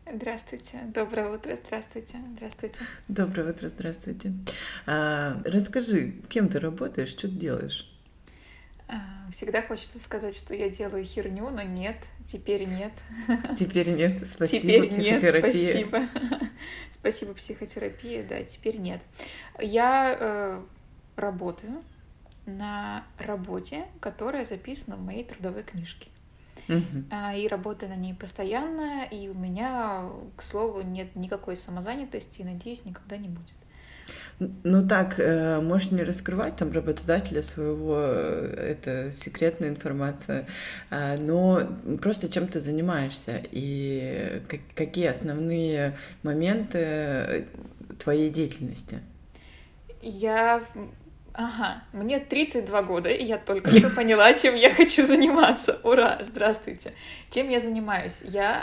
Здравствуйте, доброе утро, здравствуйте, здравствуйте. Доброе утро, здравствуйте. Расскажи, кем ты работаешь, что ты делаешь? Всегда хочется сказать, что я делаю херню, но нет, теперь нет. Теперь нет, спасибо, Теперь нет, психотерапия. спасибо. Спасибо психотерапии, да, теперь нет. Я работаю на работе, которая записана в моей трудовой книжке. Мгм. И работаю на ней постоянно, и у меня, к слову, нет никакой самозанятости, и, надеюсь, никогда не будет. Ну так, можешь не раскрывать там работодателя своего, это секретная информация, но просто чем ты занимаешься и какие основные моменты твоей деятельности? Я... Ага, мне 32 года, и я только что поняла, чем я хочу заниматься. Ура, здравствуйте. Чем я занимаюсь? Я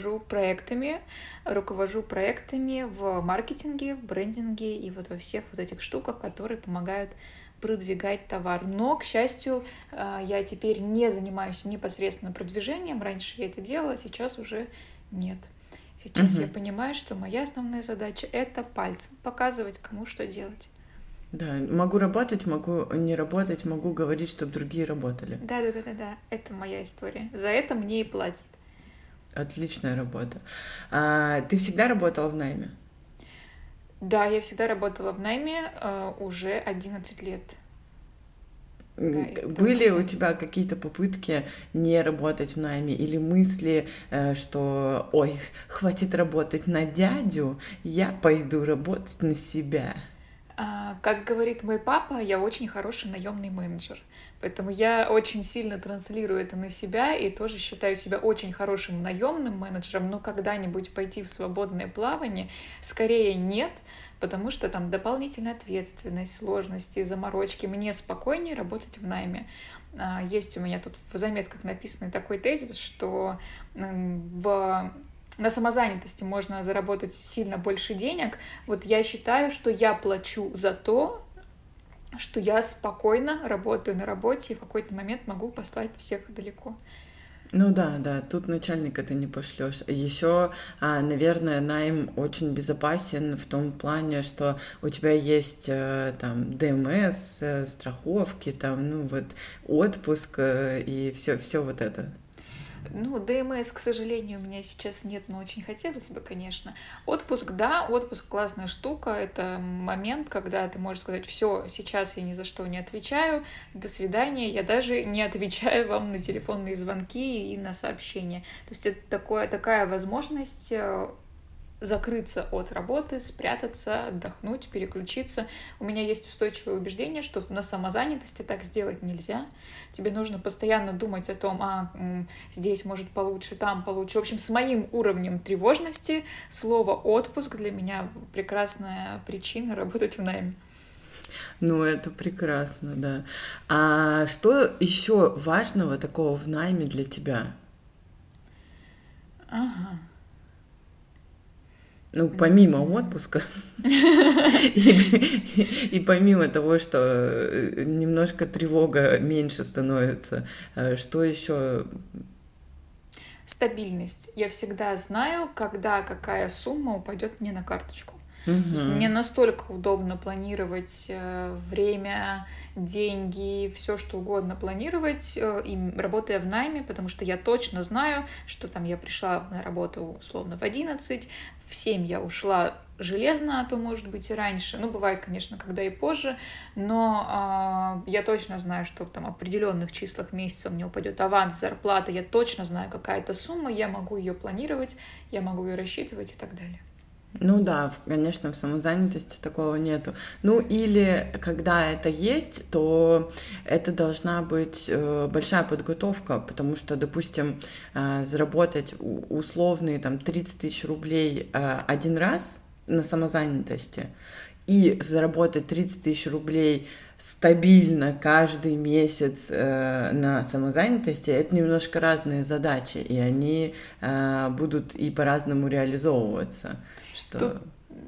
руковожу проектами в маркетинге, в брендинге и вот во всех вот этих штуках, которые помогают продвигать товар. Но, к счастью, я теперь не занимаюсь непосредственно продвижением. Раньше я это делала, сейчас уже нет. Сейчас я Мгм. понимаю, что моя основная задача — это пальцем показывать, кому что делать. Да, могу работать, могу не работать, могу говорить, чтобы другие работали. Да, это моя история. За это мне и платят. Отличная работа. Ты всегда работала в найме? Да, я всегда работала в найме уже 11 лет. Да, и давно Были в у найме. тебя какие-то попытки не работать в найме или мысли, что, ой, хватит работать на дядю, я пойду работать на себя? Как говорит мой папа, я очень хороший наемный менеджер. Поэтому я очень сильно транслирую это на себя и тоже считаю себя очень хорошим наемным менеджером, но когда-нибудь пойти в свободное плавание скорее нет, потому что там дополнительная ответственность, сложности, заморочки. Мне спокойнее работать в найме. Есть у меня тут в заметках написанный такой тезис, что на самозанятости можно заработать сильно больше денег. Вот я считаю, что я плачу за то, что я спокойно работаю на работе и в какой-то момент могу послать всех далеко. Ну да, да, тут начальника ты не пошлешь. Еще, наверное, найм очень безопасен в том плане, что у тебя есть там ДМС, страховки, там, ну вот, отпуск и все вот это. Ну, ДМС, к сожалению, у меня сейчас нет, но очень хотелось бы, конечно. Отпуск, да, отпуск классная штука. Это момент, когда ты можешь сказать: все, сейчас я ни за что не отвечаю, до свидания, я даже не отвечаю вам на телефонные звонки и на сообщения. То есть это такая возможность закрыться от работы, спрятаться, отдохнуть, переключиться. У меня есть устойчивое убеждение, что на самозанятости так сделать нельзя. Тебе нужно постоянно думать о том, здесь может получше, там получше. В общем, с моим уровнем тревожности слово «отпуск» для меня прекрасная причина работать в найме. Ну, это прекрасно, да. А что еще важного такого в найме для тебя? Ага. Ну, помимо отпуска и помимо того, что немножко тревога меньше становится, что еще? Стабильность. Я всегда знаю, когда какая сумма упадет мне на карточку. То есть мне Мгм. настолько удобно планировать время, деньги, все что угодно планировать, и работая в найме, потому что я точно знаю, что там я пришла на работу условно в 11, в 7 я ушла железно, а то, может быть, и раньше. Ну, бывает, конечно, когда и позже, но я точно знаю, что там в определенных числах месяца у меня упадет аванс, зарплата, я точно знаю какая-то сумма, я могу ее планировать, я могу ее рассчитывать и так далее. Ну да, конечно, в самозанятости такого нету. Ну или когда это есть, то это должна быть большая подготовка, потому что, допустим, заработать условные там 30 тысяч рублей один раз на самозанятости и заработать 30 тысяч рублей стабильно каждый месяц на самозанятости, это немножко разные задачи, и они будут и по-разному реализовываться. Тут Что...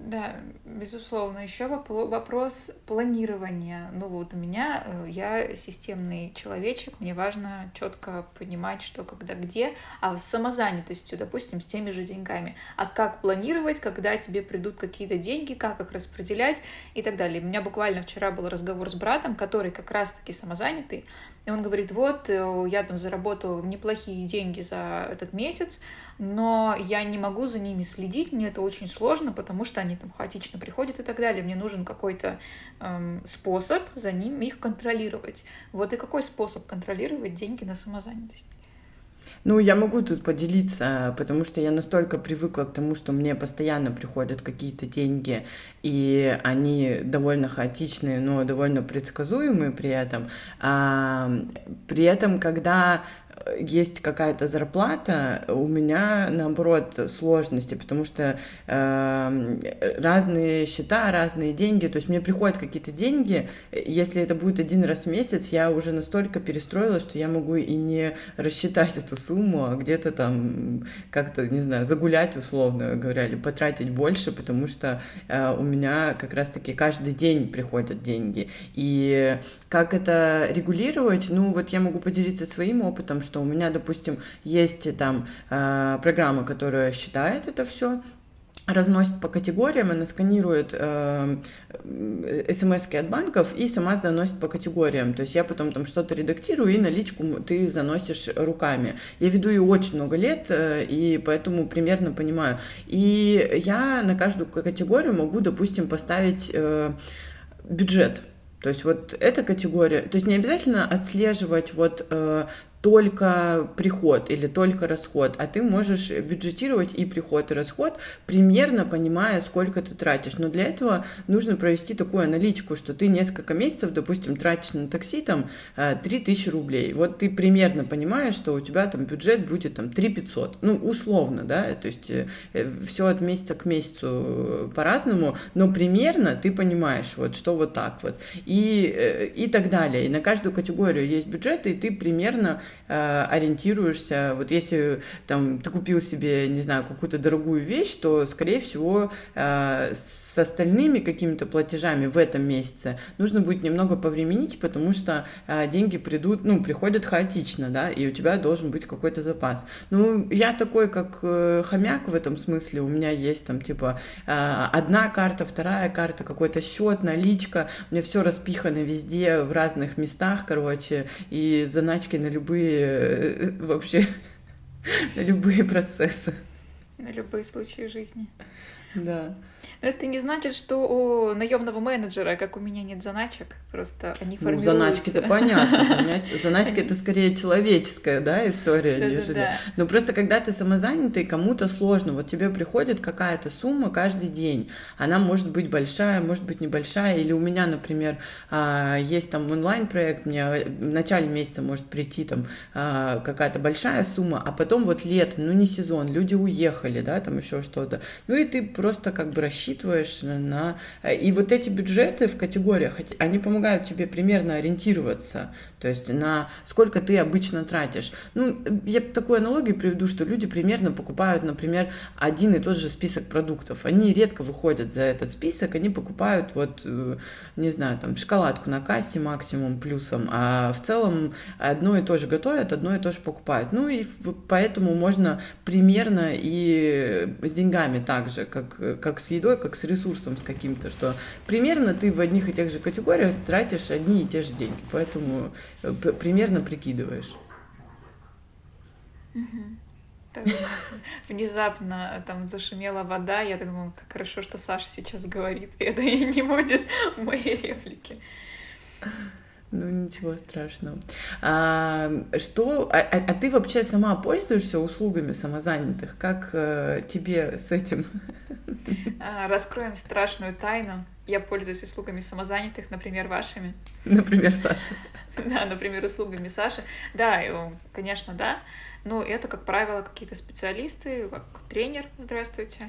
Да, безусловно. Еще вопрос планирования. Ну вот у меня, я системный человечек, мне важно четко понимать, что когда где, а с самозанятостью, допустим, с теми же деньгами. А как планировать, когда тебе придут какие-то деньги, как их распределять и так далее. У меня буквально вчера был разговор с братом, который как раз-таки самозанятый, и он говорит, вот, я там заработал неплохие деньги за этот месяц, но я не могу за ними следить, мне это очень сложно, потому что они там хаотично приходят и так далее. Мне нужен какой-то способ за ними их контролировать. Вот и какой способ контролировать деньги на самозанятость? Ну, я могу тут поделиться, потому что я настолько привыкла к тому, что мне постоянно приходят какие-то деньги, и они довольно хаотичные, но довольно предсказуемые при этом. При этом, когда есть какая-то зарплата, у меня, наоборот, сложности, потому что разные счета, разные деньги, то есть мне приходят какие-то деньги, если это будет один раз в месяц, я уже настолько перестроилась, что я могу и не рассчитать эту сумму, а где-то там как-то, не знаю, загулять, условно говоря, или потратить больше, потому что у меня как раз-таки каждый день приходят деньги. И как это регулировать? Ну, вот я могу поделиться своим опытом, что у меня, допустим, есть там программа, которая считает это все, разносит по категориям, она сканирует смс-ки от банков и сама заносит по категориям. То есть я потом там что-то редактирую, и наличку ты заносишь руками. Я веду ее очень много лет, и поэтому примерно понимаю. И я на каждую категорию могу, допустим, поставить бюджет. То есть вот эта категория, то есть не обязательно отслеживать вот только приход или только расход, а ты можешь бюджетировать и приход, и расход, примерно понимая, сколько ты тратишь. Но для этого нужно провести такую аналитику, что ты несколько месяцев, допустим, тратишь на такси там 3000 рублей. Вот ты примерно понимаешь, что у тебя там бюджет будет там 3500. Ну, условно, да, то есть все от месяца к месяцу по-разному, но примерно ты понимаешь, вот что вот так вот. И так далее. И на каждую категорию есть бюджет, и ты примерно ориентируешься, вот если там ты купил себе, не знаю, какую-то дорогую вещь, то, скорее всего, с остальными какими-то платежами в этом месяце нужно будет немного повременить, потому что деньги приходят хаотично, да, и у тебя должен быть какой-то запас. Ну, я такой, как хомяк в этом смысле, у меня есть там, типа, одна карта, вторая карта, какой-то счет, наличка, у меня все распихано везде, в разных местах, короче, и заначки на любые вообще на любые процессы. На любые случаи жизни. Да. Но это не значит, что у наемного менеджера, как у меня, нет заначек, просто они формируются. Ну, заначки-то понятно. Заначки — это скорее человеческая, да, история, нежели... Но просто когда ты самозанятый, кому-то сложно. Вот тебе приходит какая-то сумма каждый день. Она может быть большая, может быть небольшая. Или у меня, например, есть там онлайн-проект, мне в начале месяца может прийти там какая-то большая сумма, а потом вот лето, ну не сезон, люди уехали, да, там еще что-то. Ну и ты просто как бы рассчитываешь на... И вот эти бюджеты в категориях, они помогают тебе примерно ориентироваться, то есть на сколько ты обычно тратишь. Ну, я такую аналогию приведу, что люди примерно покупают, например, один и тот же список продуктов. Они редко выходят за этот список, они покупают вот, не знаю, там, шоколадку на кассе максимум плюсом, а в целом одно и то же готовят, одно и то же покупают. Ну и поэтому можно примерно и с деньгами так же, как с едой, как с ресурсом с каким-то, что примерно ты в одних и тех же категориях тратишь одни и те же деньги, поэтому примерно прикидываешь. Внезапно там зашумела вода, я думаю, как хорошо, что Саша сейчас говорит, и это не будет в моей реплике. Ну, ничего страшного. Ты вообще сама пользуешься услугами самозанятых? Как тебе с этим? Раскроем страшную тайну. Я пользуюсь услугами самозанятых, например, вашими. Например, Саши. Да, например, услугами Саши. Да, конечно, да. Но это, как правило, какие-то специалисты, как тренер, здравствуйте,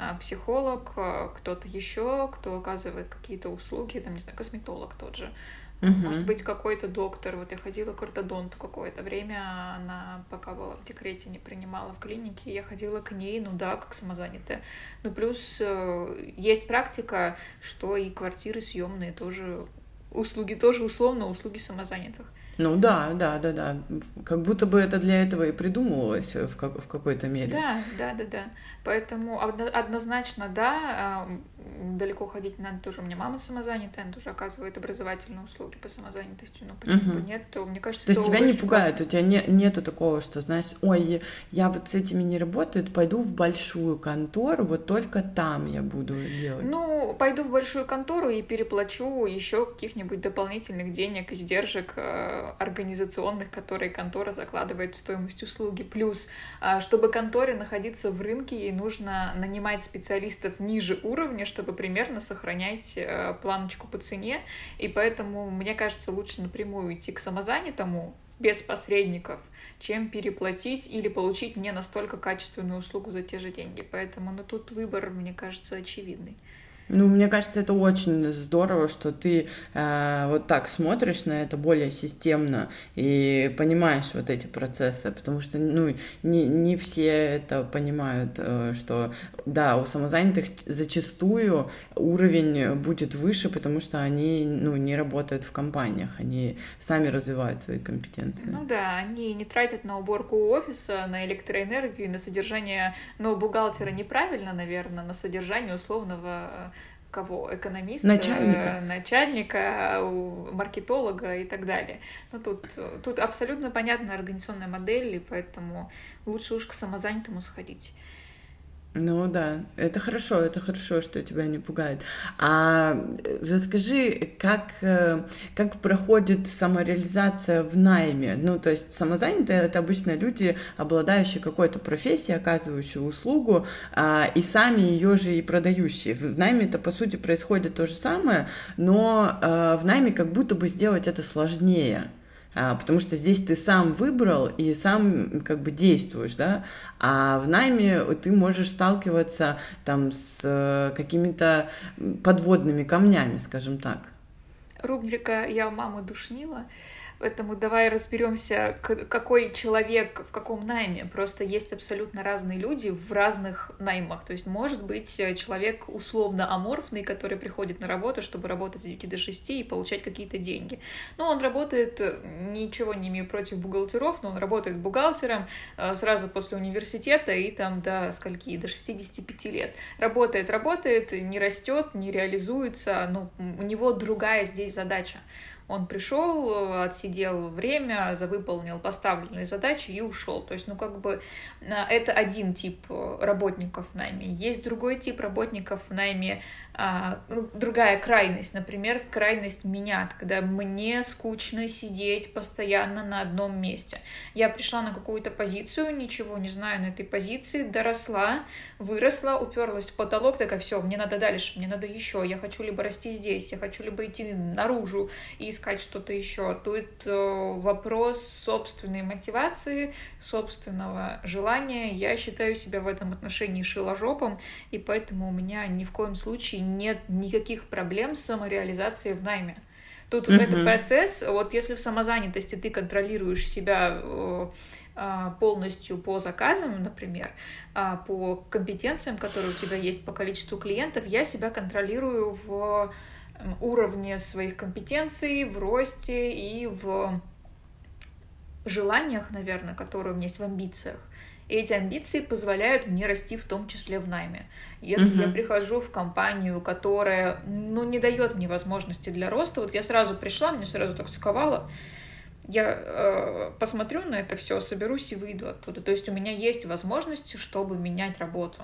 психолог, кто-то еще, кто оказывает какие-то услуги, там, не знаю, косметолог тот же. Может Мгм. быть, какой-то доктор. Вот я ходила к ортодонту какое-то время, она пока была в декрете, не принимала в клинике, я ходила к ней, ну да, как самозанятая. Ну плюс есть практика, что и квартиры съемные тоже, услуги тоже условно услуги самозанятых. Ну да, да, да, да. Как будто бы это для этого и придумывалось в какой-то мере. Да, да, да, да. Поэтому однозначно, да, далеко ходить не надо тоже. У меня мама самозанятая, она тоже оказывает образовательные услуги по самозанятости. Ну, почему бы Мгм. нет? То, мне кажется, То это есть тебя не очень пугает, классно. у тебя нету такого, что, знаешь, ой, я вот с этими не работаю, пойду в большую контору, вот только там я буду делать. Ну, пойду в большую контору и переплачу еще каких-нибудь дополнительных денег, издержек организационных, которые контора закладывает в стоимость услуги. Плюс, чтобы конторе находиться в рынке, ей нужно нанимать специалистов ниже уровня, чтобы примерно сохранять планочку по цене. И поэтому, мне кажется, лучше напрямую идти к самозанятому, без посредников, чем переплатить или получить не настолько качественную услугу за те же деньги. Поэтому, ну, тут выбор, мне кажется, очевидный. Ну, мне кажется, это очень здорово, что ты вот так смотришь на это более системно и понимаешь вот эти процессы, потому что, ну, не все это понимают, что, да, у самозанятых зачастую уровень будет выше, потому что они, ну, не работают в компаниях, они сами развивают свои компетенции. Ну да, они не тратят на уборку офиса, на электроэнергию, на содержание, ну, бухгалтера неправильно, наверное, на содержание условного кого? Экономиста, Начальника. начальника, маркетолога и так далее. Ну, тут абсолютно понятная организационная модель, и поэтому лучше уж к самозанятому сходить. Ну да, это хорошо, что тебя не пугает. А расскажи, как проходит самореализация в найме? Ну, то есть самозанятые — это обычно люди, обладающие какой-то профессией, оказывающие услугу, и сами ее же и продающие. В найме это, по сути, происходит то же самое, но в найме как будто бы сделать это сложнее. Потому что здесь ты сам выбрал и сам как бы действуешь, да, а в найме ты можешь сталкиваться там с какими-то подводными камнями, скажем так. Рубрика «Я у мамы душнила». Поэтому давай разберемся, какой человек в каком найме. Просто есть абсолютно разные люди в разных наймах. То есть может быть человек условно аморфный, который приходит на работу, чтобы работать с 9 до 6 и получать какие-то деньги. Но он работает, ничего не имею против бухгалтеров, но он работает бухгалтером сразу после университета и там до скольки, до 65 лет. Работает, не растет, не реализуется, ну, у него другая здесь задача. Он пришел, отсидел время, выполнил поставленные задачи и ушел. То есть, ну, как бы это один тип работников в найме. Есть другой тип работников в найме, другая крайность. Например, крайность меня, когда мне скучно сидеть постоянно на одном месте. Я пришла на какую-то позицию, ничего не знаю на этой позиции, доросла, выросла, уперлась в потолок, такая, все, мне надо дальше, мне надо еще, я хочу либо расти здесь, я хочу либо идти наружу и искать что-то еще. Тут вопрос собственной мотивации, собственного желания. Я считаю себя в этом отношении шиложопом, и поэтому у меня ни в коем случае нет никаких проблем с самореализацией в найме. Тут это процесс, вот если в самозанятости ты контролируешь себя полностью по заказам, например, по компетенциям, которые у тебя есть, по количеству клиентов, я себя контролирую в уровне своих компетенций, в росте и в желаниях, наверное, которые у меня есть, в амбициях. И эти амбиции позволяют мне расти в том числе в найме. Если я прихожу в компанию, которая, ну, не дает мне возможности для роста, вот я сразу пришла, мне сразу так сковало, я посмотрю на это все, соберусь и выйду оттуда. То есть у меня есть возможность, чтобы менять работу.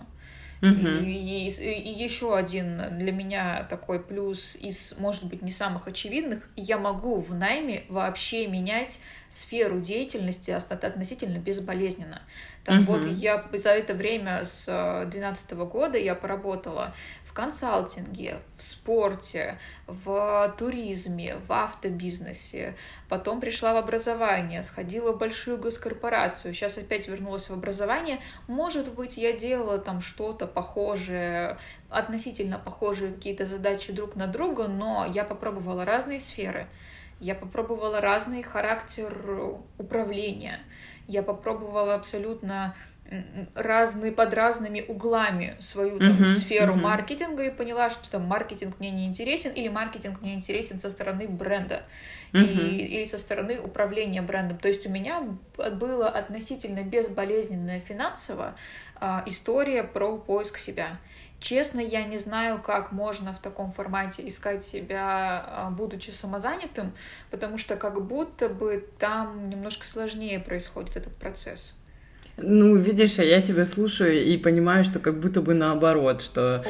И еще один для меня такой плюс из, может быть, не самых очевидных, я могу в найме вообще менять сферу деятельности относительно безболезненно. Там вот я за это время с 2012 года я поработала в консалтинге, в спорте, в туризме, в автобизнесе. Потом пришла в образование, сходила в большую госкорпорацию. Сейчас опять вернулась в образование. Может быть, я делала там что-то похожее, относительно похожие какие-то задачи друг на друга, но я попробовала разные сферы. Я попробовала разный характер управления. Я попробовала абсолютно под разными углами свою там, сферу маркетинга и поняла, что там маркетинг мне не интересен или маркетинг мне интересен со стороны бренда или со стороны управления брендом. То есть у меня была относительно безболезненная финансово история про поиск себя. Честно, я не знаю, как можно в таком формате искать себя, будучи самозанятым, потому что как будто бы там немножко сложнее происходит этот процесс. Ну, видишь, я тебя слушаю и понимаю, что как будто бы наоборот, что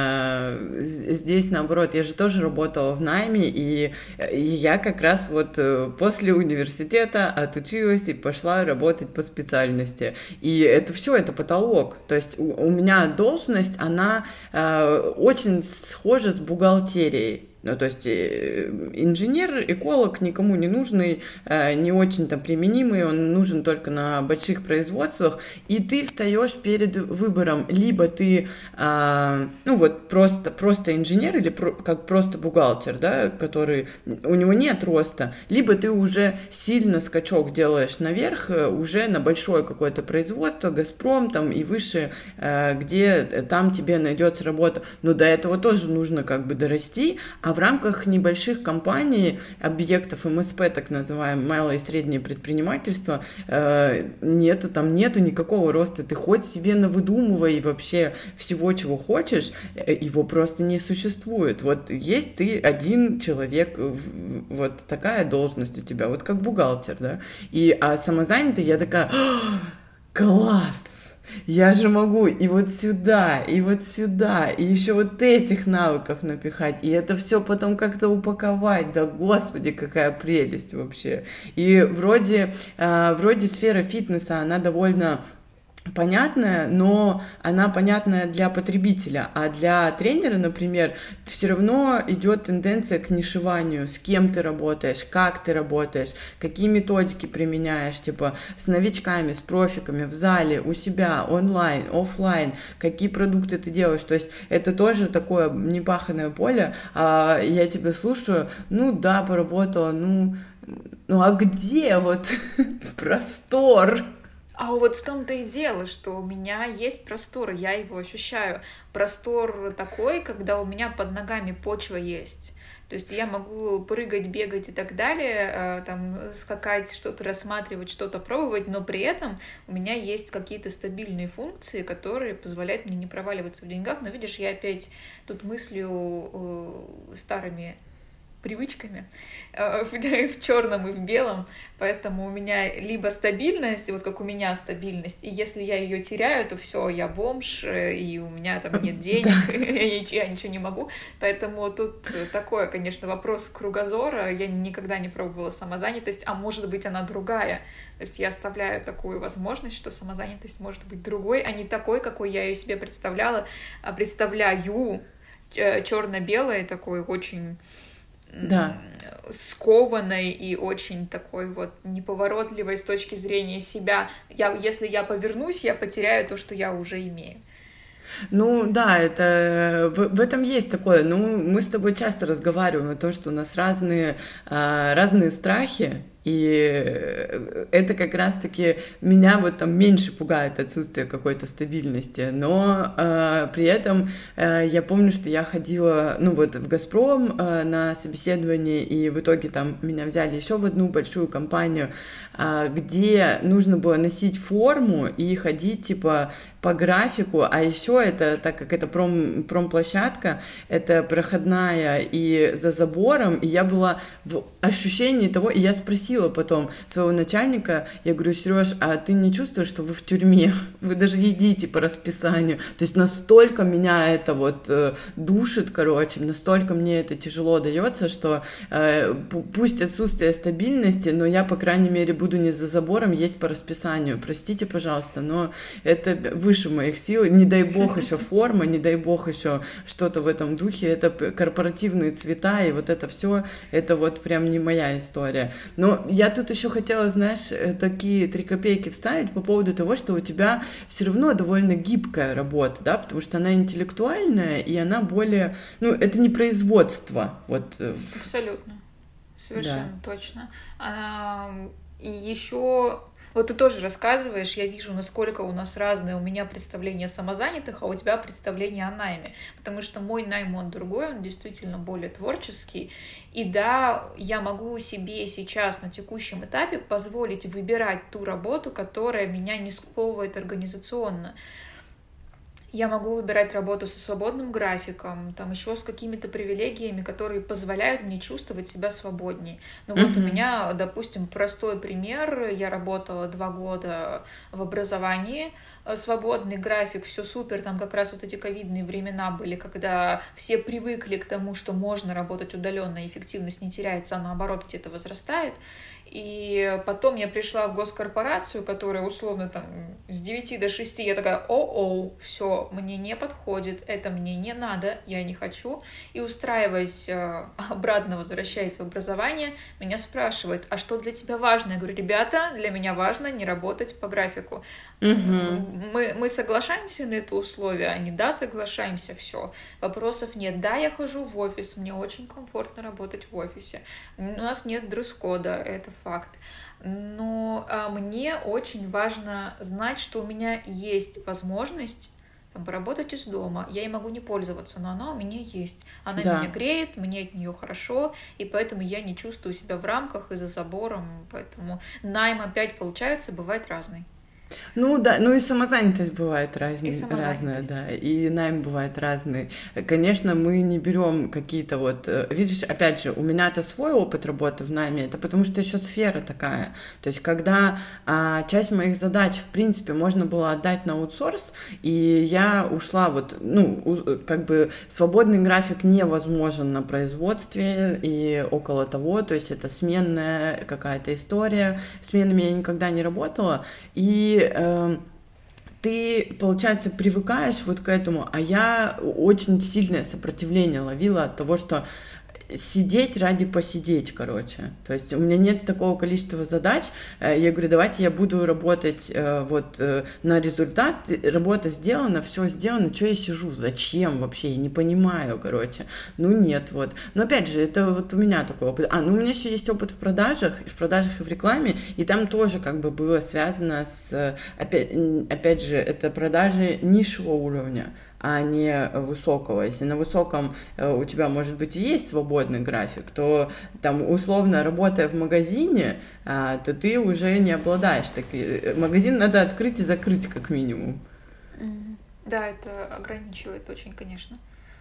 здесь наоборот, я же тоже работала в найме, и я как раз вот после университета отучилась и пошла работать по специальности. И это все, это потолок. То есть у меня должность, она очень схожа с бухгалтерией. Ну, то есть инженер, эколог никому не нужный, не очень-то применимый, он нужен только на больших производствах, и ты встаешь перед выбором, либо ты, ну вот просто инженер или как просто бухгалтер, да, который, у него нет роста, либо ты уже сильно скачок делаешь наверх, уже на большое какое-то производство, Газпром там и выше, где там тебе найдется работа, но до этого тоже нужно как бы дорасти, а в рамках небольших компаний, объектов МСП, так называемое, малое и среднее предпринимательство, нету никакого роста. Ты хоть себе навыдумывай вообще всего, чего хочешь, его просто не существует. Вот есть ты один человек, вот такая должность у тебя, вот как бухгалтер, да, а самозанятый я такая, класс! Я же могу и вот сюда, и еще вот этих навыков напихать, и это все потом как-то упаковать, да господи, какая прелесть вообще. И вроде сфера фитнеса, она довольно понятная, но она понятная для потребителя, а для тренера, например, все равно идет тенденция к нишеванию, с кем ты работаешь, как ты работаешь, какие методики применяешь, типа с новичками, с профиками, в зале, у себя, онлайн, офлайн, какие продукты ты делаешь, то есть это тоже такое непаханное поле, а я тебя слушаю, ну да, поработала, ну а где вот простор? А вот в том-то и дело, что у меня есть простор, я его ощущаю. Простор такой, когда у меня под ногами почва есть. То есть я могу прыгать, бегать и так далее, там, скакать, что-то рассматривать, что-то пробовать, но при этом у меня есть какие-то стабильные функции, которые позволяют мне не проваливаться в деньгах. Но видишь, я опять тут мыслю старыми привычками в черном и в белом, поэтому у меня либо стабильность, вот как у меня стабильность, и если я ее теряю, то все, я бомж, и у меня там нет денег, я ничего не могу, поэтому тут такой, конечно, вопрос кругозора, я никогда не пробовала самозанятость, а может быть она другая, то есть я оставляю такую возможность, что самозанятость может быть другой, а не такой, какой я ее себе представляю, черно-белой, такой очень скованной и очень такой вот неповоротливой с точки зрения себя. Если я повернусь, я потеряю то, что я уже имею. Ну да, это в этом есть такое. Ну, мы с тобой часто разговариваем о том, что у нас разные страхи, и это как раз-таки меня вот там меньше пугает отсутствие какой-то стабильности, но при этом я помню, что я ходила, ну вот в «Газпром» на собеседование, и в итоге там меня взяли еще в одну большую компанию, где нужно было носить форму и ходить типа по графику, а еще это, так как это промплощадка, это проходная и за забором, и я была в ощущении того, и я спросила потом своего начальника, я говорю: Сереж, а ты не чувствуешь, что вы в тюрьме? Вы даже едите по расписанию. То есть настолько меня это вот душит, короче, настолько мне это тяжело дается, что пусть отсутствие стабильности, но я, по крайней мере, буду не за забором есть по расписанию. Простите, пожалуйста, но это выше моих сил. Не дай бог еще форма, не дай бог еще что-то в этом духе. Это корпоративные цвета, и вот это все, это вот прям не моя история. Но я тут еще хотела, знаешь, такие 3 копейки вставить по поводу того, что у тебя все равно довольно гибкая работа, да, потому что она интеллектуальная, и она более, ну, это не производство, вот. Абсолютно. Да. Совершенно точно. И еще вот ты тоже рассказываешь, я вижу, насколько у нас разные у меня представления о самозанятых, а у тебя представление о найме. Потому что мой найм, он другой, он действительно более творческий. И да, я могу себе сейчас на текущем этапе позволить выбирать ту работу, которая меня не сковывает организационно. Я могу выбирать работу со свободным графиком, там еще с какими-то привилегиями, которые позволяют мне чувствовать себя свободнее. Ну вот у меня, допустим, простой пример. Я работала 2 года в образовании, свободный график, все супер, там как раз вот эти ковидные времена были, когда все привыкли к тому, что можно работать удаленно, эффективность не теряется, а наоборот где-то возрастает. И потом я пришла в госкорпорацию, которая условно там с 9 до 6, я такая, о-оу, все, мне не подходит, это мне не надо, я не хочу. И устраиваясь обратно, возвращаясь в образование, меня спрашивают, а что для тебя важно? Я говорю, ребята, для меня важно не работать по графику. Мы соглашаемся на это условие? Они, да, соглашаемся, все. Вопросов нет. Да, я хожу в офис, мне очень комфортно работать в офисе. У нас нет дресс-кода, это факт. Но мне очень важно знать, что у меня есть возможность поработать из дома. Я ей могу не пользоваться, но она у меня есть. Она Да. меня греет, мне от нее хорошо, и поэтому я не чувствую себя в рамках и за забором. Поэтому найм опять, получается, бывает разный. Ну да, ну и самозанятость бывает И разная, самозанятость. да, и найм бывает разный. Конечно, мы не берем какие-то вот, видишь, опять же, у меня это свой опыт работы в найме, это потому что еще сфера такая. То есть, когда часть моих задач, в принципе, можно было отдать на аутсорс, и я ушла вот, ну, как бы свободный график невозможен на производстве и около того, то есть это сменная какая-то история, сменами я никогда не работала, и ты, получается, привыкаешь вот к этому, а я очень сильное сопротивление ловила от того, что сидеть ради посидеть, короче. То есть у меня нет такого количества задач. Я говорю, давайте я буду работать на результат. Работа сделана, все сделано. Что я сижу? Зачем вообще? Я не понимаю, короче. Ну нет, вот. Но опять же, это вот у меня такой опыт. Ну у меня еще есть опыт в продажах и в рекламе, и там тоже как бы было связано с, опять же, это продажи низшего уровня, а не высокого. Если на высоком у тебя, может быть, и есть свободный график, то там, условно, работая в магазине, то ты уже не обладаешь таким. Магазин надо открыть и закрыть, как минимум. Да, это ограничивает очень, конечно.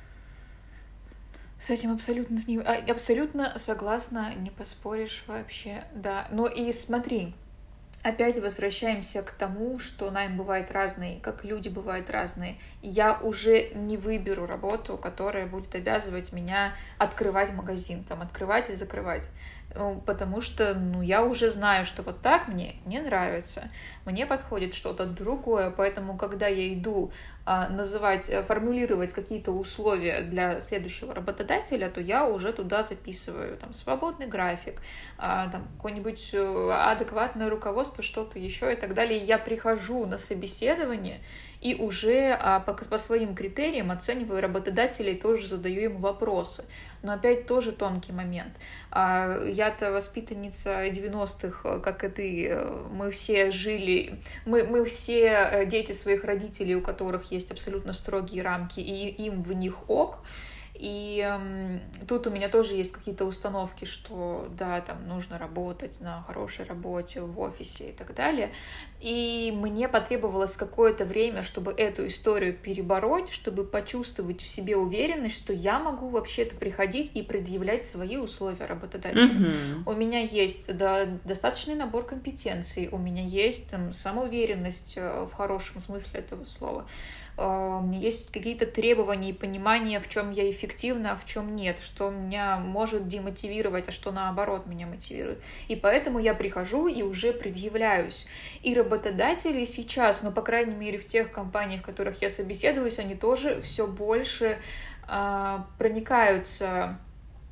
С этим абсолютно согласна, не поспоришь вообще, да. Ну и смотри, опять возвращаемся к тому, что найм бывает разный, как люди бывают разные. Я уже не выберу работу, которая будет обязывать меня открывать магазин, там, открывать и закрывать. Потому что, я уже знаю, что вот так мне не нравится. Мне подходит что-то другое, поэтому, когда я иду формулировать какие-то условия для следующего работодателя, то я уже туда записываю там свободный график, там какое-нибудь адекватное руководство, что-то еще и так далее. Я прихожу на собеседование и уже по своим критериям оцениваю работодателей, тоже задаю им вопросы. Но опять тоже тонкий момент. Я-то воспитанница 90-х, как и ты. Мы все жили, мы все дети своих родителей, у которых есть абсолютно строгие рамки, и им в них ок. И тут у меня тоже есть какие-то установки, что да, там нужно работать на хорошей работе, в офисе и так далее. И мне потребовалось какое-то время, чтобы эту историю перебороть, чтобы почувствовать в себе уверенность, что я могу вообще-то приходить и предъявлять свои условия работодателю. У меня есть достаточный набор компетенций, у меня есть там самоуверенность в хорошем смысле этого слова. У меня есть какие-то требования и понимание, в чем я эффективна, а в чем нет, что меня может демотивировать, а что наоборот меня мотивирует. И поэтому я прихожу и уже предъявляюсь. И работодатели сейчас, по крайней мере в тех компаниях, в которых я собеседуюсь, они тоже все больше проникаются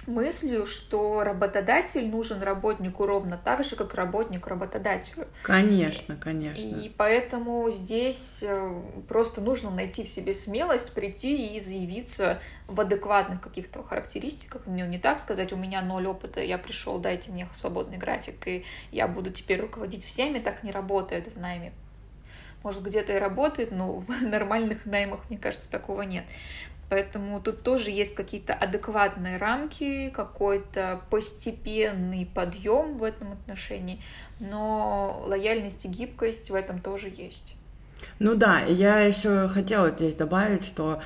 мыслью, что работодатель нужен работнику ровно так же, как работник работодателю. Конечно, конечно. И поэтому здесь просто нужно найти в себе смелость прийти и заявиться в адекватных каких-то характеристиках. Ну, не так сказать, у меня 0 опыта, я пришел, дайте мне свободный график, и я буду теперь руководить всеми. Так не работает в найме. Может, где-то и работает, но в нормальных наймах, мне кажется, такого нет. Поэтому тут тоже есть какие-то адекватные рамки, какой-то постепенный подъем в этом отношении, но лояльность и гибкость в этом тоже есть. Ну да, я еще хотела здесь добавить, что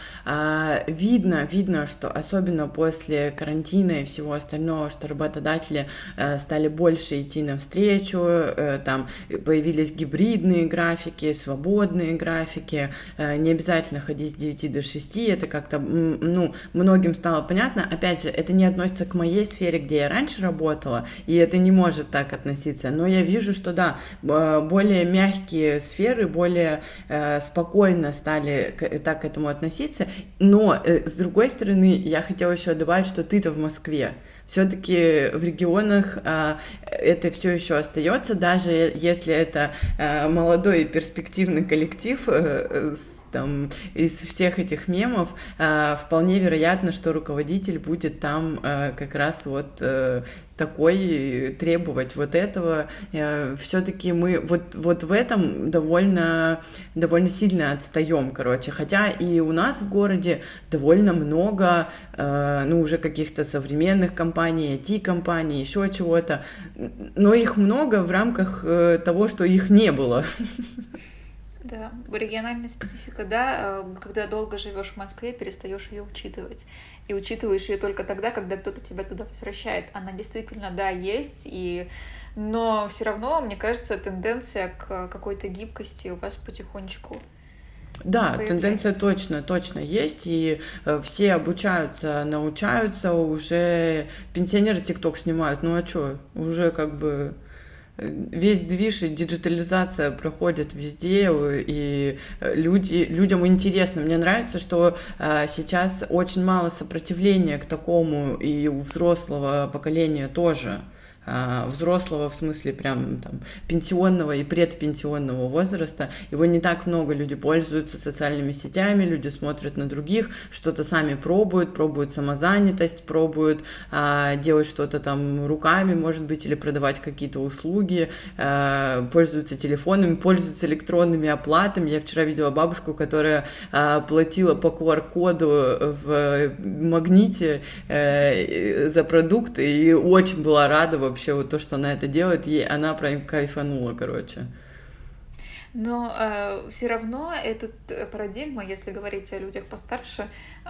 видно, что особенно после карантина и всего остального, что работодатели стали больше идти навстречу, там появились гибридные графики, свободные графики, не обязательно ходить с 9 до 6, это как-то, ну, многим стало понятно. Опять же, это не относится к моей сфере, где я раньше работала, и это не может так относиться, но я вижу, что да, более мягкие сферы, более спокойно стали так к этому относиться, но с другой стороны, я хотела еще добавить, что ты-то в Москве. Все-таки в регионах это все еще остается, даже если это молодой и перспективный коллектив там, из всех этих мемов, вполне вероятно, что руководитель будет там как раз вот такой требовать вот этого. Все-таки мы вот в этом довольно сильно отстаем, короче. Хотя и у нас в городе довольно много, ну, уже каких-то современных компаний, IT-компаний, еще чего-то. Но их много в рамках того, что их не было. Да, региональная специфика, да, когда долго живешь в Москве, перестаешь ее учитывать. И учитываешь ее только тогда, когда кто-то тебя туда возвращает. Она действительно, да, есть, но все равно, мне кажется, тенденция к какой-то гибкости у вас потихонечку да, появляется. тенденция точно есть, и все обучаются, научаются, уже пенсионеры ТикТок снимают, ну а что, уже как бы... Весь движ и диджитализация проходит везде, и людям интересно. Мне нравится, что сейчас очень мало сопротивления к такому, и у взрослого поколения тоже. Взрослого в смысле прям там пенсионного и предпенсионного возраста. Его не так много, люди пользуются социальными сетями, люди смотрят на других, что-то сами пробуют самозанятость, пробуют делать что-то там руками, может быть, или продавать какие-то услуги, пользуются телефонами, пользуются электронными оплатами. Я вчера видела бабушку, которая платила по QR-коду в Магните за продукты, и очень была рада вообще вот то, что она это делает, и она прям кайфанула, короче. Но все равно эта парадигма, если говорить о людях постарше,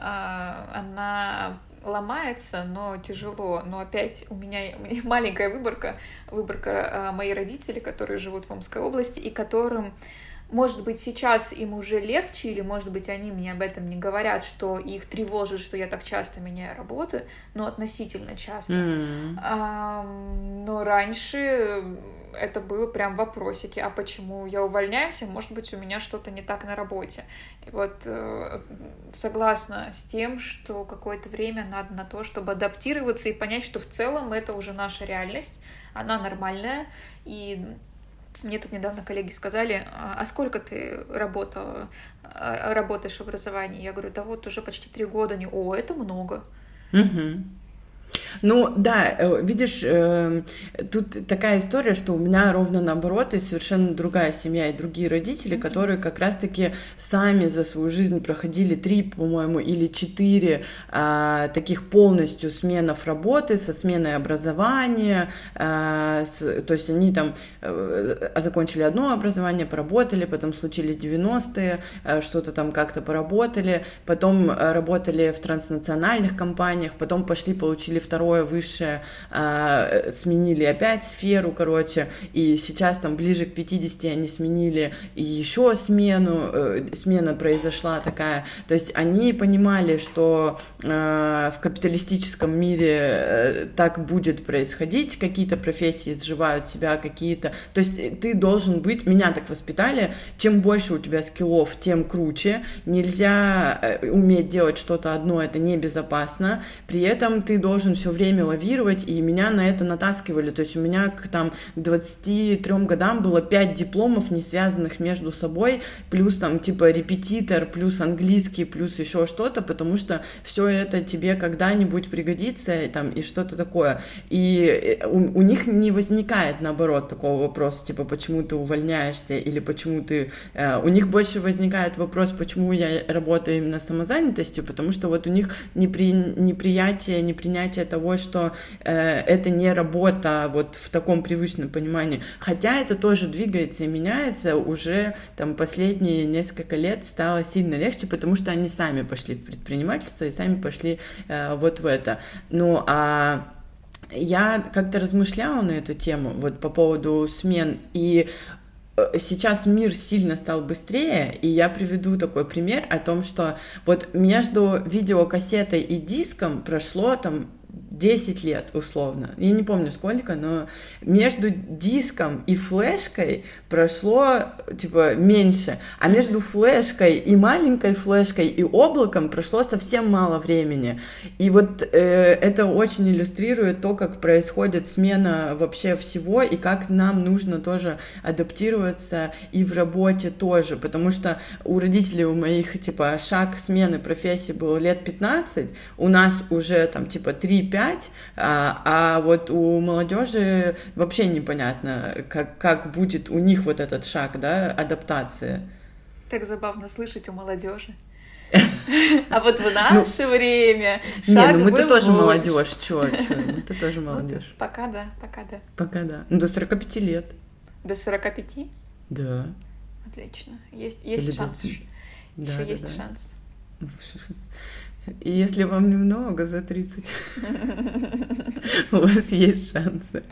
она ломается, но тяжело. Но опять у меня маленькая выборка моих родителей, которые живут в Омской области, и которым, может быть, сейчас им уже легче, или, может быть, они мне об этом не говорят, что их тревожит, что я так часто меняю работы, но относительно часто. Но раньше это было прям вопросики, а почему я увольняюсь, а может быть, у меня что-то не так на работе. И вот согласна с тем, что какое-то время надо на то, чтобы адаптироваться и понять, что в целом это уже наша реальность, она нормальная, и мне тут недавно коллеги сказали, а сколько ты работаешь в образовании? Я говорю, да вот уже почти 3 года. Они, о, это много. Ну да, видишь, тут такая история, что у меня ровно наоборот, и совершенно другая семья, и другие родители, которые как раз-таки сами за свою жизнь проходили 3, по-моему, или 4 таких полностью сменов работы со сменой образования, то есть они там закончили одно образование, поработали, потом случились 90-е, что-то там как-то поработали, потом работали в транснациональных компаниях, потом пошли, получили второе высшее, сменили опять сферу, короче, и сейчас там ближе к 50 они сменили и еще смена произошла такая, то есть они понимали, что в капиталистическом мире так будет происходить, какие-то профессии изживают себя, какие-то, то есть ты должен быть, меня так воспитали, чем больше у тебя скиллов, тем круче, нельзя уметь делать что-то одно, это небезопасно, при этом ты должен все все время лавировать, и меня на это натаскивали. То есть у меня к 23 годам было 5 дипломов, не связанных между собой, плюс там типа репетитор, плюс английский, плюс еще что-то, потому что все это тебе когда-нибудь пригодится там, и что-то такое. И у них не возникает, наоборот, такого вопроса, типа, почему ты увольняешься или почему ты... У них больше возникает вопрос, почему я работаю именно самозанятостью, потому что вот у них неприятие, непринятие того, что это не работа вот в таком привычном понимании. Хотя это тоже двигается и меняется, уже там последние несколько лет стало сильно легче, потому что они сами пошли в предпринимательство и сами пошли вот в это. Ну, а я как-то размышляла на эту тему, вот по поводу смен, и сейчас мир сильно стал быстрее, и я приведу такой пример о том, что вот между видеокассетой и диском прошло там 10 лет, условно. Я не помню сколько, но между диском и флешкой прошло, типа, меньше. А между флешкой и маленькой флешкой и облаком прошло совсем мало времени. И вот это очень иллюстрирует то, как происходит смена вообще всего, и как нам нужно тоже адаптироваться и в работе тоже. Потому что у родителей у моих, типа, шаг смены профессии был лет 15, у нас уже там, типа, 3-5, а вот у молодежи вообще непонятно, как будет у них вот этот шаг, да, адаптация. Так забавно слышать у молодежи. А вот в наше время шаг был... мы-то тоже молодежь, чё, мы-то тоже молодежь. Пока да. Пока да. Ну, до 45 лет. До 45? Да. Отлично. Есть шанс. Еще есть шанс. И если вам немного за 30, у вас есть шансы.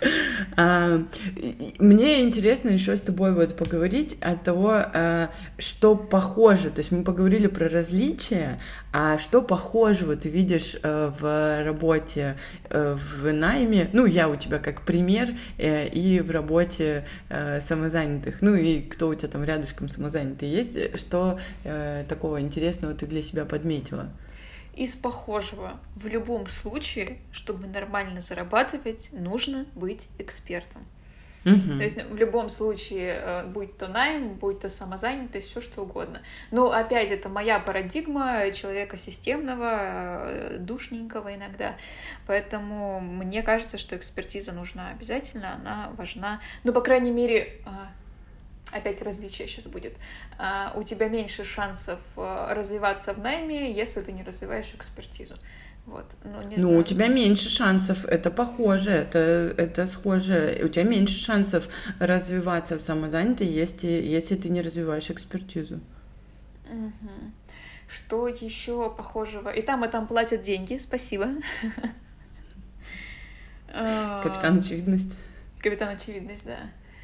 Мне интересно еще с тобой вот поговорить от того, что похоже. То есть мы поговорили про различия, а что похожего ты видишь в работе в найме? Ну, я у тебя как пример, и в работе самозанятых. Ну, и кто у тебя там рядышком самозанятый есть? Что такого интересного ты для себя подметила? Из похожего. В любом случае, чтобы нормально зарабатывать, нужно быть экспертом. То есть в любом случае, будь то найм, будь то самозанятость, все что угодно. Но опять это моя парадигма человека системного, душненького иногда. Поэтому мне кажется, что экспертиза нужна обязательно, она важна. Ну, по крайней мере... Опять различие сейчас будет. У тебя меньше шансов развиваться в найме, если ты не развиваешь экспертизу. Вот. У тебя меньше шансов, это похоже, это схоже. У тебя меньше шансов развиваться в самозанятости, если ты не развиваешь экспертизу. Угу. Что еще похожего? И там платят деньги, спасибо. Капитан Очевидность. Капитан Очевидность, да.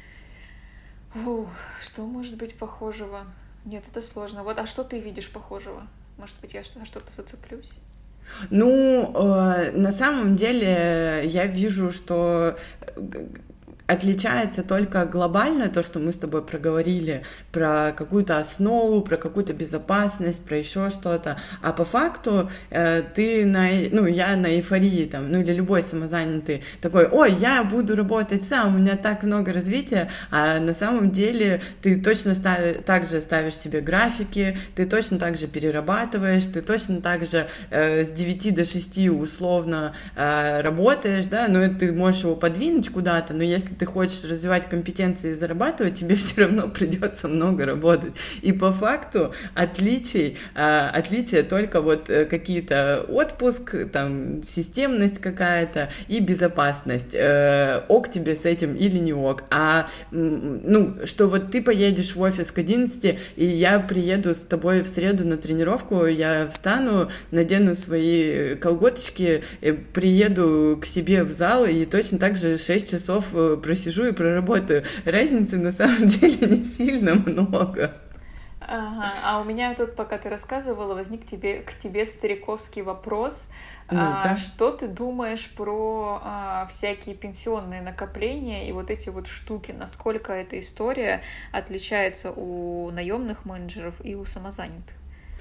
Что может быть похожего? Нет, это сложно. Вот, а что ты видишь похожего? Может быть, я что-то зацеплюсь? Ну, на самом деле я вижу, что отличается только глобально то, что мы с тобой проговорили, про какую-то основу, про какую-то безопасность, про еще что-то. А по факту ты я на эйфории там, или любой самозанятый такой: ой, я буду работать сам, у меня так много развития, а на самом деле ты точно так же ставишь себе графики, ты точно так же перерабатываешь, ты точно так же с 9 до 6 условно работаешь, да, но ты можешь его подвинуть куда-то, но если ты хочешь развивать компетенции и зарабатывать, тебе все равно придется много работать. И по факту отличия только вот какие-то отпуск, там, системность какая-то и безопасность. Ок тебе с этим или не ок. Что вот ты поедешь в офис к 11, и я приеду с тобой в среду на тренировку, я встану, надену свои колготочки, приеду к себе в зал и точно так же 6 часов просижу и проработаю. Разницы на самом деле не сильно много. Ага. А у меня тут, пока ты рассказывала, возник к тебе стариковский вопрос. Что ты думаешь про всякие пенсионные накопления и вот эти вот штуки? Насколько эта история отличается у наемных менеджеров и у самозанятых?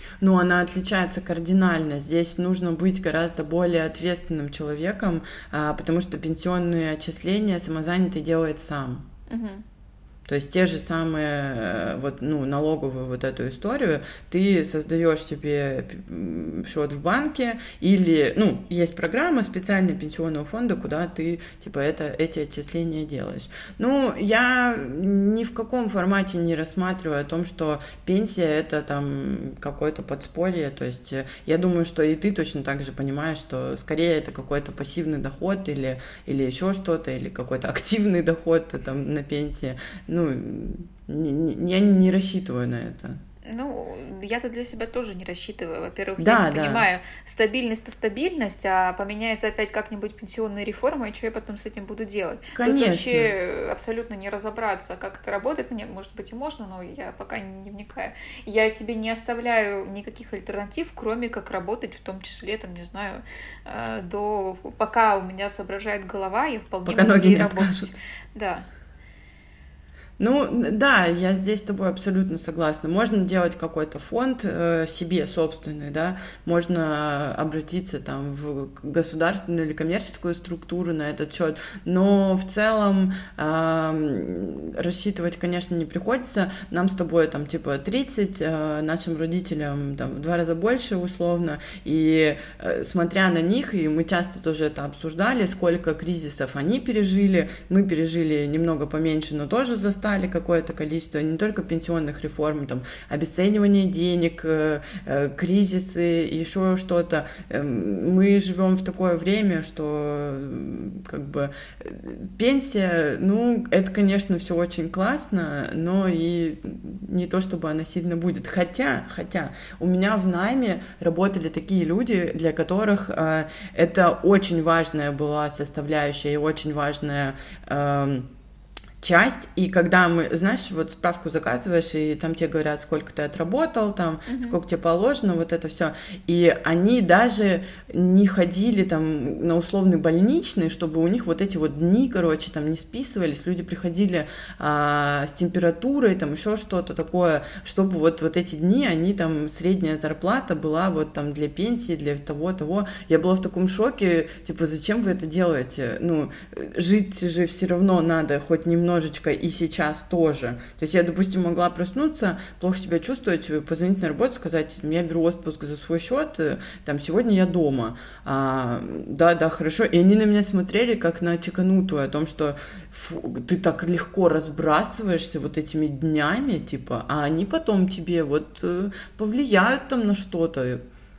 Но она отличается кардинально. Здесь нужно быть гораздо более ответственным человеком, потому что пенсионные отчисления самозанятый делает сам. Угу. То есть те же самые, вот, ну, налоговую вот эту историю, ты создаешь себе счет в банке или, ну, есть программа специальная пенсионного фонда, куда ты, типа, эти отчисления делаешь. Ну, я ни в каком формате не рассматриваю о том, что пенсия это там какое-то подспорье, то есть я думаю, что и ты точно так же понимаешь, что скорее это какой-то пассивный доход или еще что-то, или какой-то активный доход там на пенсии. Ну, я не рассчитываю на это. Ну, я-то для себя тоже не рассчитываю. Во-первых, да, я не понимаю, стабильность-то стабильность, а поменяется опять как-нибудь пенсионная реформа, и что я потом с этим буду делать? Конечно. Тут вообще абсолютно не разобраться, как это работает. Нет, может быть и можно, но я пока не вникаю. Я себе не оставляю никаких альтернатив, кроме как работать, в том числе, там, не знаю, пока у меня соображает голова, я вполне могу ей работать. Да. Ну, да, я здесь с тобой абсолютно согласна. Можно делать какой-то фонд себе собственный, да, можно обратиться там в государственную или коммерческую структуру на этот счет, но в целом рассчитывать, конечно, не приходится. Нам с тобой там типа 30, нашим родителям там в 2 раза больше условно, и смотря на них, и мы часто тоже это обсуждали, сколько кризисов они пережили, мы пережили немного поменьше, но тоже застали какое-то количество не только пенсионных реформ, там, обесценивание денег, кризисы, еще что-то. Мы живем в такое время, что как бы пенсия, ну, это, конечно, все очень классно, но и не то, чтобы она сильно будет. Хотя у меня в найме работали такие люди, для которых это очень важная была составляющая и очень важная часть, и когда мы, знаешь, вот справку заказываешь, и там тебе говорят, сколько ты отработал, там, сколько тебе положено, вот это все, и они даже не ходили там на условный больничный, чтобы у них вот эти вот дни, короче, там не списывались, люди приходили с температурой, там еще что-то такое, чтобы вот эти дни, они там, средняя зарплата была вот там для пенсии, для того, я была в таком шоке, типа, зачем вы это делаете, ну, жить же все равно надо хоть немножечко, и сейчас тоже. То есть я, допустим, могла проснуться, плохо себя чувствовать, позвонить на работу, сказать, я беру отпуск за свой счет, там, сегодня я дома. Да, хорошо. И они на меня смотрели, как на чеканутую, о том, что ты так легко разбрасываешься вот этими днями, типа, а они потом тебе вот повлияют там на что-то.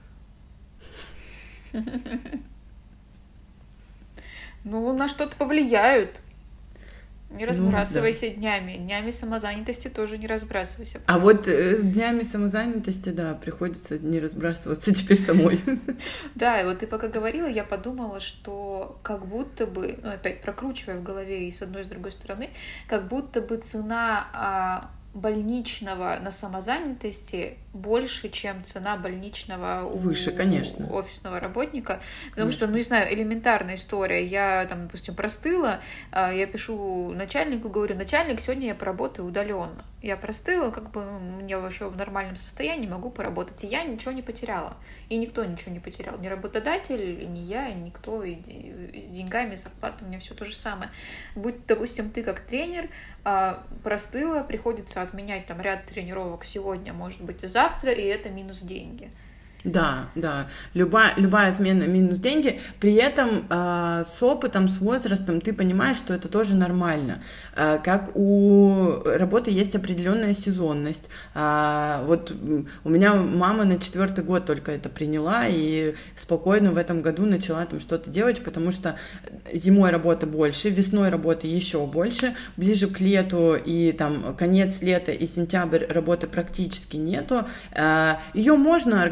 Ну, на что-то повлияют. Не разбрасывайся днями. Днями самозанятости тоже не разбрасывайся. А вот днями самозанятости, да, приходится не разбрасываться теперь самой. Да, и вот ты пока говорила, я подумала, что как будто бы, ну опять прокручивая в голове и с одной, и с другой стороны, как будто бы цена больничного на самозанятости больше, чем цена больничного выше, конечно, у офисного работника. Потому что, ну, не знаю, элементарная история. Я там, допустим, простыла, я пишу начальнику, говорю, начальник, сегодня я поработаю удаленно. Я простыла, как бы я вообще в нормальном состоянии могу поработать. И я ничего не потеряла. И никто ничего не потерял. Ни работодатель, ни я, никто. И с деньгами, зарплатой у меня все то же самое. Будь, допустим, ты как тренер, простыла, приходится отменять там ряд тренировок сегодня, может быть, и завтра, и это минус деньги. Да. Любая отмена минус деньги. При этом с опытом, с возрастом ты понимаешь, что это тоже нормально. Как у работы есть определенная сезонность. Вот у меня мама на 4-й год только это приняла и спокойно в этом году начала там что-то делать, потому что зимой работы больше, весной работы еще больше, ближе к лету и там конец лета и сентябрь работы практически нету. Ее можно организовать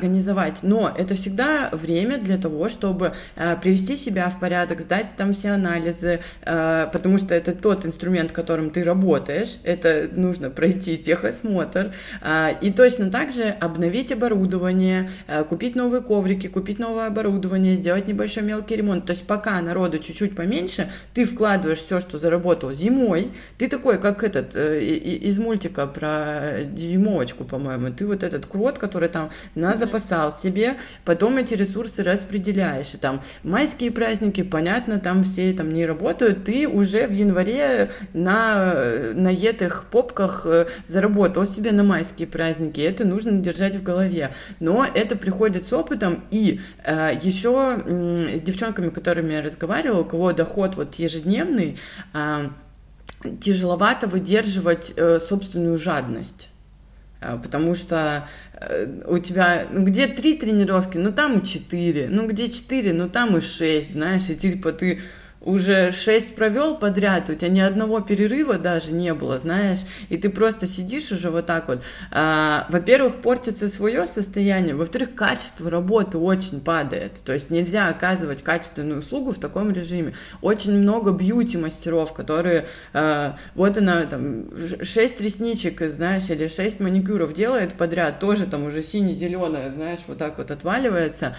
отдавать, но это всегда время для того, чтобы привести себя в порядок, сдать там все анализы, потому что это тот инструмент, которым ты работаешь, это нужно пройти техосмотр, и точно так же обновить оборудование, купить новые коврики, купить новое оборудование, сделать небольшой мелкий ремонт. То есть пока народу чуть-чуть поменьше, ты вкладываешь все, что заработал зимой, ты такой, как этот из мультика про дюймовочку, по-моему, ты вот этот крот, который там запасал себе, потом эти ресурсы распределяешь. И там майские праздники, понятно, там все там не работают, ты уже в январе на наетых попках заработал себе на майские праздники, это нужно держать в голове. Но это приходит с опытом, и еще с девчонками, с которыми я разговаривала, у кого доход вот ежедневный, тяжеловато выдерживать собственную жадность. Потому что у тебя, где 3 тренировки, ну там и 4, ну где 4, ну там и 6, знаешь, и типа ты уже 6 провел подряд, у тебя ни одного перерыва даже не было, знаешь, и ты просто сидишь уже вот так вот. Во-первых, портится свое состояние, во-вторых, качество работы очень падает, то есть нельзя оказывать качественную услугу в таком режиме. Очень много бьюти-мастеров, которые, вот она там 6 ресничек, знаешь, или 6 маникюров делает подряд, тоже там уже сине-зеленая, знаешь, вот так вот отваливается,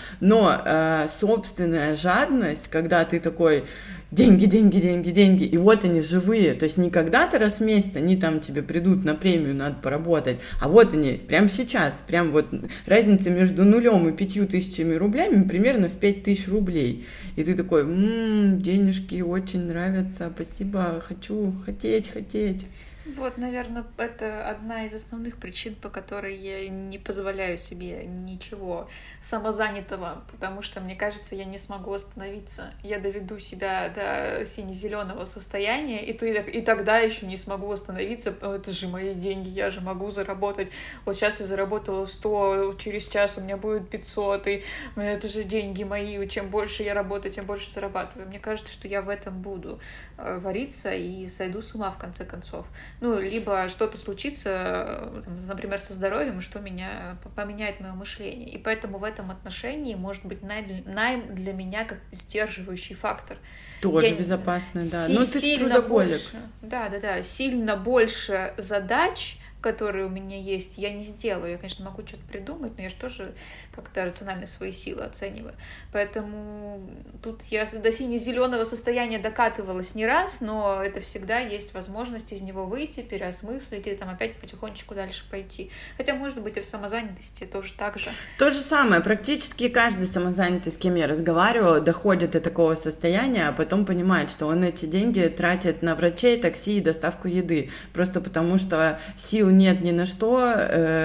но собственная жадность, когда ты такой... Деньги, деньги, деньги, деньги. И вот они живые. То есть не когда-то раз в месяц они там тебе придут на премию, надо поработать. А вот они, прямо сейчас. Прям вот разница между 0 и 5000 рублями примерно в 5000 рублей. И ты такой, денежки очень нравятся, спасибо, хочу, хотеть. Вот, наверное, это одна из основных причин, по которой я не позволяю себе ничего самозанятого, потому что, мне кажется, я не смогу остановиться. Я доведу себя до сине-зеленого состояния, и тогда еще не смогу остановиться. Это же мои деньги, я же могу заработать. Вот сейчас я заработала 100, через час у меня будет 500, и это же деньги мои. Чем больше я работаю, тем больше зарабатываю. Мне кажется, что я в этом буду вариться и сойду с ума в конце концов. Ну, либо что-то случится, например, со здоровьем, что поменяет мое мышление. И поэтому в этом отношении может быть найм для меня как сдерживающий фактор. Тоже безопасный, да. Но ты трудоголик. Да. Сильно больше задач, которые у меня есть, я не сделаю. Я, конечно, могу что-то придумать, но я же тоже как-то рационально свои силы оцениваю. Поэтому тут я до сине-зеленого состояния докатывалась не раз, но это всегда есть возможность из него выйти, переосмыслить и там опять потихонечку дальше пойти. Хотя, может быть, и в самозанятости тоже так же. То же самое. Практически каждый самозанятый, с кем я разговаривала, доходит до такого состояния, а потом понимает, что он эти деньги тратит на врачей, такси и доставку еды. Просто потому что сил нет ни на что,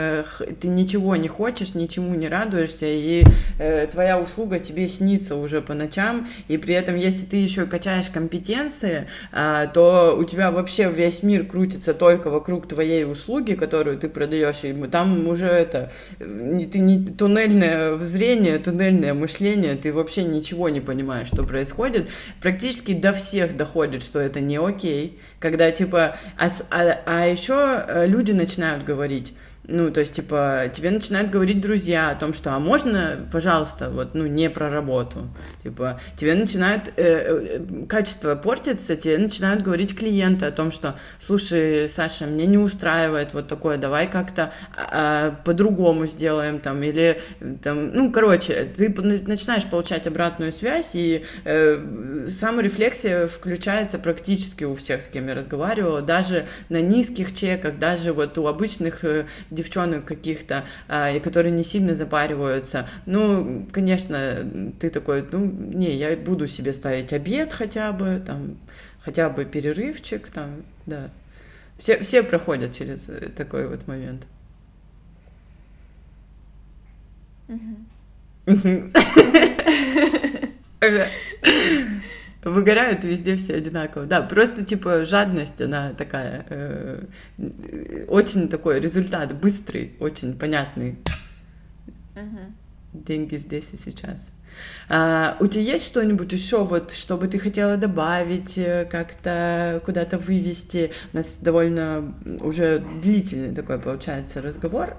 ты ничего не хочешь, ничему не радуешься, и твоя услуга тебе снится уже по ночам, и при этом, если ты еще качаешь компетенции, то у тебя вообще весь мир крутится только вокруг твоей услуги, которую ты продаешь, и там уже туннельное зрение, туннельное мышление, ты вообще ничего не понимаешь, что происходит. Практически до всех доходит, что это не окей, когда типа, а еще люди начинают говорить, ну, то есть, типа, тебе начинают говорить друзья о том, что, а можно, пожалуйста, вот, ну, не про работу, типа, тебе начинают, качество портится, тебе начинают говорить клиенты о том, что, слушай, Саша, мне не устраивает вот такое, давай как-то по-другому сделаем, там, или, там, ну, короче, ты начинаешь получать обратную связь, и саморефлексия включается практически у всех, с кем я разговаривала, даже на низких чеках, даже вот у обычных девчонок каких-то, которые не сильно запариваются. Ну, конечно, ты такой, ну, не, я буду себе ставить обед хотя бы, там, хотя бы перерывчик, там, да. Все проходят через такой вот момент. Выгорают везде все одинаково. Да, просто типа жадность, она такая, очень такой результат быстрый, очень понятный. деньги здесь и сейчас. У тебя есть что-нибудь еще, вот, что бы ты хотела добавить, как-то куда-то вывести? У нас довольно уже длительный такой получается разговор.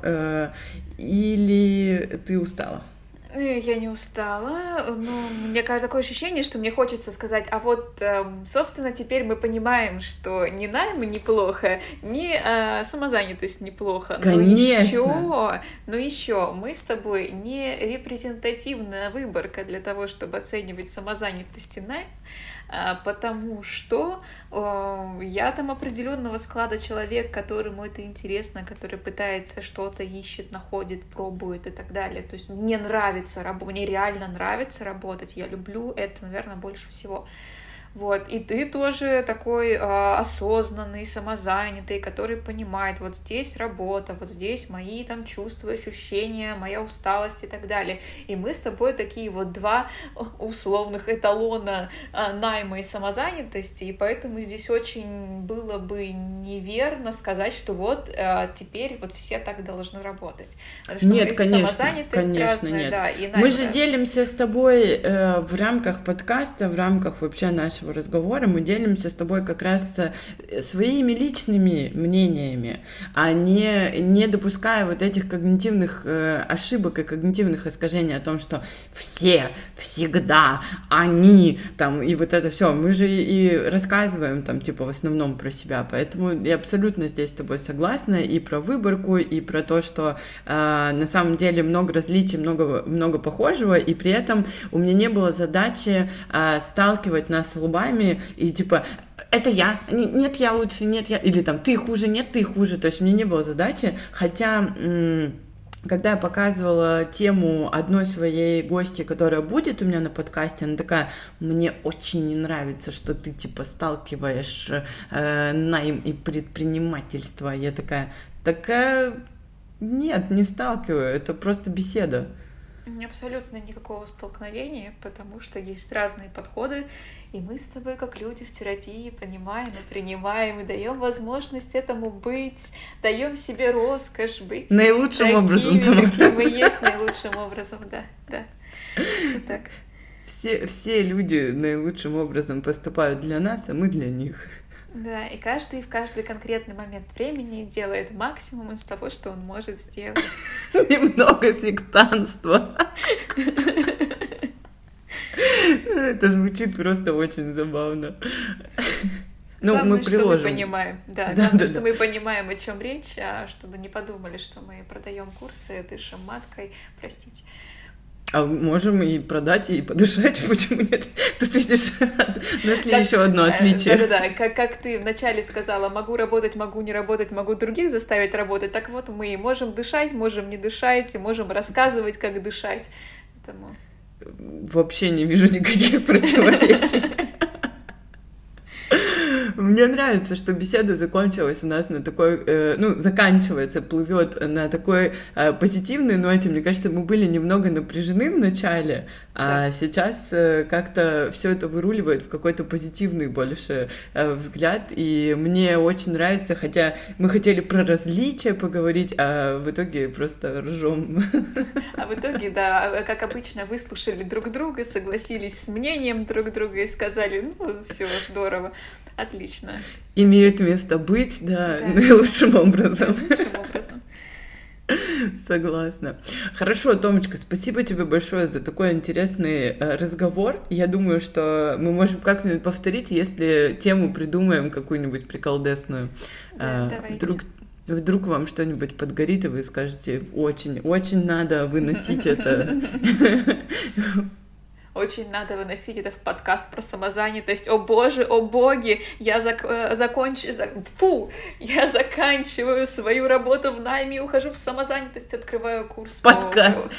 Или ты устала? Я не устала, но у меня такое ощущение, что мне хочется сказать, а вот, собственно, теперь мы понимаем, что ни найм неплохо, ни самозанятость неплохо. Конечно. Но еще мы с тобой не репрезентативная выборка для того, чтобы оценивать самозанятость и найм, потому что я там определенного склада человек, которому это интересно, который пытается что-то ищет, находит, пробует и так далее. То есть мне нравится работать, мне реально нравится работать, я люблю это, наверное, больше всего. Вот, и ты тоже такой осознанный, самозанятый, который понимает, вот здесь работа, вот здесь мои там чувства, ощущения, моя усталость и так далее. И мы с тобой такие вот два условных эталона найма и самозанятости, и поэтому здесь очень было бы неверно сказать, что вот теперь вот все так должны работать. Потому что нет, конечно, самозанятость конечно, разная, нет. Да, и найм Мы же разный. делимся с тобой в рамках подкаста, в рамках вообще нашего разговора, мы делимся с тобой как раз своими личными мнениями, а не допуская вот этих когнитивных ошибок и когнитивных искажений о том, что все, всегда, они, там, и вот это все. Мы же и рассказываем там, типа, в основном про себя, поэтому я абсолютно здесь с тобой согласна и про выборку, и про то, что на самом деле много различий, много похожего, и при этом у меня не было задачи сталкивать нас лбами и типа это я, нет, я лучше, нет, я, или там ты хуже, нет, ты хуже, то есть у меня не было задачи, хотя когда я показывала тему одной своей гости, которая будет у меня на подкасте, она такая, мне очень не нравится, что ты типа сталкиваешь найм и предпринимательство. Я такая, нет, не сталкиваю, это просто беседа. Абсолютно никакого столкновения, потому что есть разные подходы, и мы с тобой, как люди в терапии, понимаем и принимаем, и даем возможность этому быть, даем себе роскошь быть наилучшим такими, образом, какие мы есть, наилучшим образом, да. Все так. Все люди наилучшим образом поступают для нас, а мы для них. Да, и каждый в каждый конкретный момент времени делает максимум из того, что он может сделать. Немного сектантства. Это звучит просто очень забавно. Ну, главное, мы приложим. что мы понимаем. Да, главное, что мы понимаем, о чем речь, а чтобы не подумали, что мы продаем курсы, дышим маткой, простите. А можем и продать, и подышать, почему нет? Тут, видишь, нашли еще одно отличие. Да-да-да, как ты вначале сказала, могу работать, могу не работать, могу других заставить работать, так вот мы можем дышать, можем не дышать, и можем рассказывать, как дышать. Поэтому... Вообще не вижу никаких противоречий. Мне нравится, что беседа закончилась у нас на такой, заканчивается, плывет на такой позитивной ноте. Мне кажется, мы были немного напряжены в начале, а сейчас как-то все это выруливает в какой-то позитивный больше взгляд. И мне очень нравится, хотя мы хотели про различия поговорить, а в итоге просто ржем. А в итоге, да, как обычно, выслушали друг друга, согласились с мнением друг друга и сказали, все здорово. Отлично. Имеет место быть, да. Наилучшим образом. Наилучшим образом. Согласна. Хорошо, Томочка, спасибо тебе большое за такой интересный разговор. Я думаю, что мы можем как-нибудь повторить, если тему придумаем какую-нибудь приколдесную. Да, Вдруг вам что-нибудь подгорит, и вы скажете, очень надо выносить это. Очень надо выносить это в подкаст про самозанятость. О боже, о боги, я заканчиваю свою работу в найме и ухожу в самозанятость, открываю курс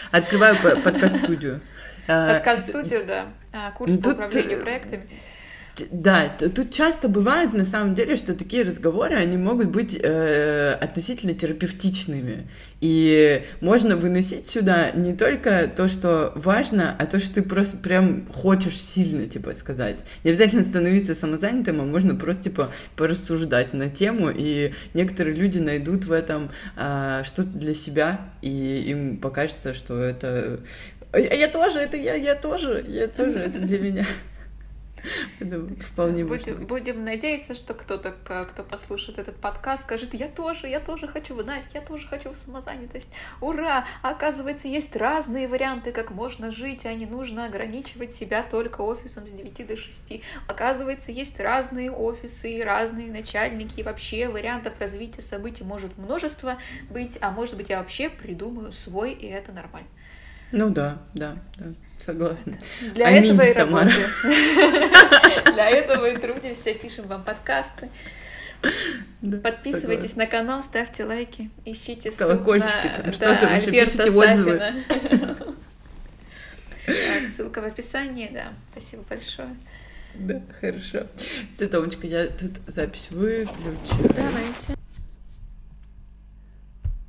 Открываю подкаст-студию. Подкаст-студию, да. Курс по управлению проектами. Да, тут часто бывает, на самом деле, что такие разговоры, они могут быть относительно терапевтичными. И можно выносить сюда не только то, что важно, а то, что ты просто прям хочешь сильно, типа, сказать. Не обязательно становиться самозанятым, а можно просто, типа, порассуждать на тему, и некоторые люди найдут в этом что-то для себя, и им покажется, что это... Я тоже, это я тоже, это для меня. Это вполне Будем надеяться, что кто-то, кто послушает этот подкаст, скажет: я тоже хочу знать, я тоже хочу в самозанятость. Ура! Оказывается, есть разные варианты, как можно жить, а не нужно ограничивать себя только офисом с 9 до 6. Оказывается, есть разные офисы и разные начальники, и вообще вариантов развития событий может множество быть, а может быть, я вообще придумаю свой, и это нормально. Ну да, согласна. Для этого и работаем. Для этого и трудимся, пишем вам подкасты. Подписывайтесь на канал, ставьте лайки, ищите ссылку на Альберта Сафина. Ссылка в описании, да. Спасибо большое. Да, хорошо. Все, Томочка, я тут запись выключу. Давайте.